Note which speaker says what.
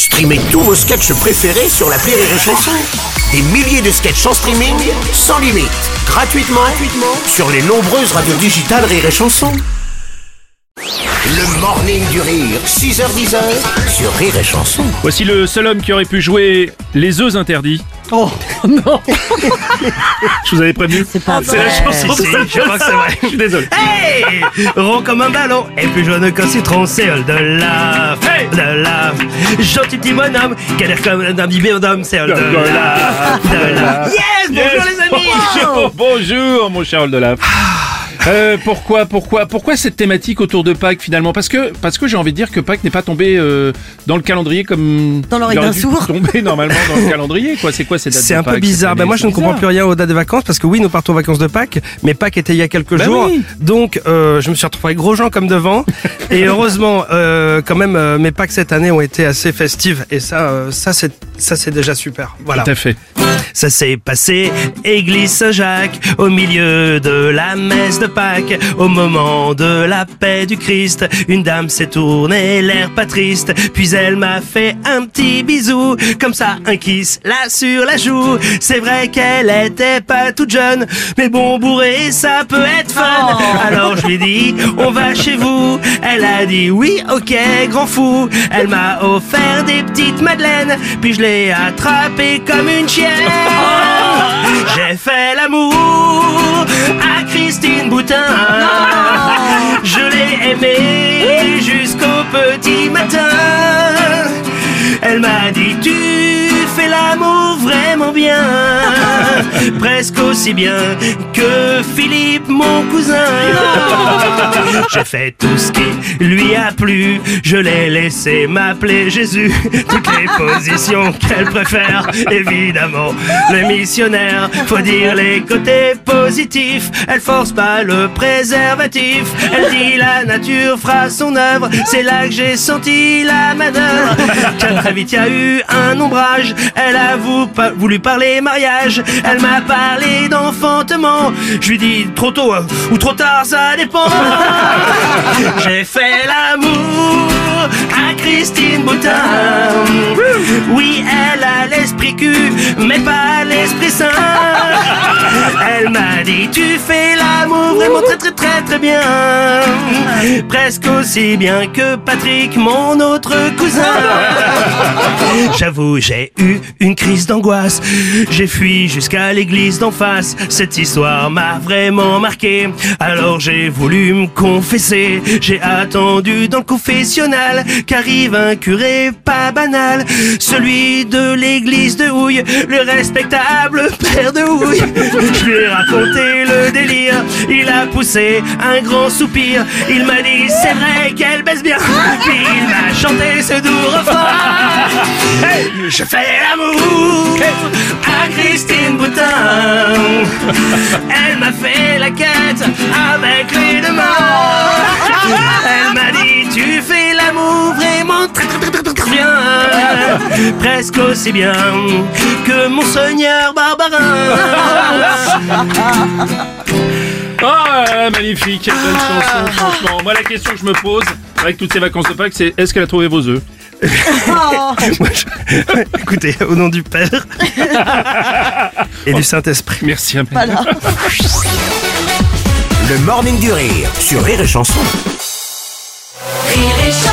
Speaker 1: Streamez tous vos sketchs préférés sur l'appli Rire et Chanson. Des milliers de sketchs en streaming, sans limite, gratuitement sur les nombreuses radios digitales Rire et Chanson. Le morning du rire, 6h-10h sur Rire et Chanson.
Speaker 2: Voici le seul homme qui aurait pu jouer les œufs interdits.
Speaker 3: Oh non.
Speaker 2: Je vous avais prévenu.
Speaker 3: C'est pas
Speaker 2: C'est la chanson.
Speaker 3: Si, je crois que c'est vrai.
Speaker 2: Je suis désolé.
Speaker 3: Hey, rond comme un ballon et plus jaune qu'un citron, c'est Oldelaf. Hey, Oldelaf, gentil petit bonhomme qui a l'air comme un petit bonhomme, c'est Oldelaf. Yes, bonjour les amis.
Speaker 2: Bonjour mon cher Oldelaf. Pourquoi cette thématique autour de Pâques finalement? Parce que j'ai envie de dire que Pâques n'est pas tombé dans le calendrier comme
Speaker 4: dans l'oreille
Speaker 2: il aurait
Speaker 4: d'un
Speaker 2: dû
Speaker 4: sourd.
Speaker 2: Tomber normalement dans le calendrier quoi. C'est quoi ces dates de
Speaker 3: C'est un peu
Speaker 2: Pâques,
Speaker 3: bizarre.
Speaker 2: cette
Speaker 3: Ben moi
Speaker 2: année?
Speaker 3: je ne comprends plus rien aux dates de vacances parce que oui, nous partons en vacances de Pâques, mais Pâques était il y a quelques jours.
Speaker 2: Oui.
Speaker 3: Donc je me suis retrouvé avec gros gens comme devant. Et heureusement quand même mes Pâques cette année ont été assez festives et ça c'est déjà super. Voilà.
Speaker 2: Tout à fait.
Speaker 3: Ça s'est passé, église Saint-Jacques, au milieu de la messe de Pâques, au moment de la paix du Christ. Une dame s'est tournée, l'air pas triste, puis elle m'a fait un petit bisou, comme ça un kiss là sur la joue. C'est vrai qu'elle était pas toute jeune, mais bon bourré ça peut être fun. Alors je lui ai dit, on va chez vous. Elle a dit oui, ok, grand fou. Elle m'a offert des petites madeleines, puis je l'ai attrapée comme une chienne. J'ai fait l'amour à Christine Boutin. Je l'ai aimée jusqu'au petit matin. Elle m'a dit tu fais l'amour vraiment bien, presque aussi bien que Philippe mon cousin. J'ai fait tout ce qui lui a plu, je l'ai laissé m'appeler Jésus. Toutes les positions qu'elle préfère, évidemment le missionnaire. Faut dire les côtés positifs, elle force pas le préservatif. Elle dit la nature fera son œuvre, c'est là que j'ai senti la manœuvre. Car très vite y a eu un ombrage, elle a voulu parler mariage. Elle m'a parlé d'enfantement, je lui dis trop tôt ou trop tard ça dépend. J'ai fait l'amour à Christine Boutin. Oui, elle a l'esprit cul, mais pas l'esprit sain. Elle m'a dit tu fais l'amour vraiment très bien, presque aussi bien que Patrick mon autre cousin. J'avoue j'ai eu une crise d'angoisse, j'ai fui jusqu'à l'église d'en face. Cette histoire m'a vraiment marqué, alors j'ai voulu me confesser. J'ai attendu dans le confessionnal qu'arrive un curé pas banal, celui de l'église de Houille, le respectable père de Houille. Je lui ai raconté le délire, il a poussé un grand soupir. Il m'a dit c'est vrai qu'elle baisse bien, puis il m'a chanté ce doux refrain. Hey, je fais l'amour à Christine Boutin. Elle m'a fait la quête avec les deux mains. Elle m'a dit tu fais l'amour vraiment très bien, presque aussi bien que mon Seigneur Barbarin.
Speaker 2: Oh, magnifique, quelle belle chanson, franchement. Moi, la question que je me pose, avec toutes ces vacances de Pâques, c'est est-ce qu'elle a trouvé vos œufs?
Speaker 3: Écoutez, au nom du Père et du Saint-Esprit.
Speaker 2: Merci, Amen.
Speaker 4: Voilà.
Speaker 1: Le morning du rire sur Rire et Chanson.
Speaker 5: Rire et Chanson.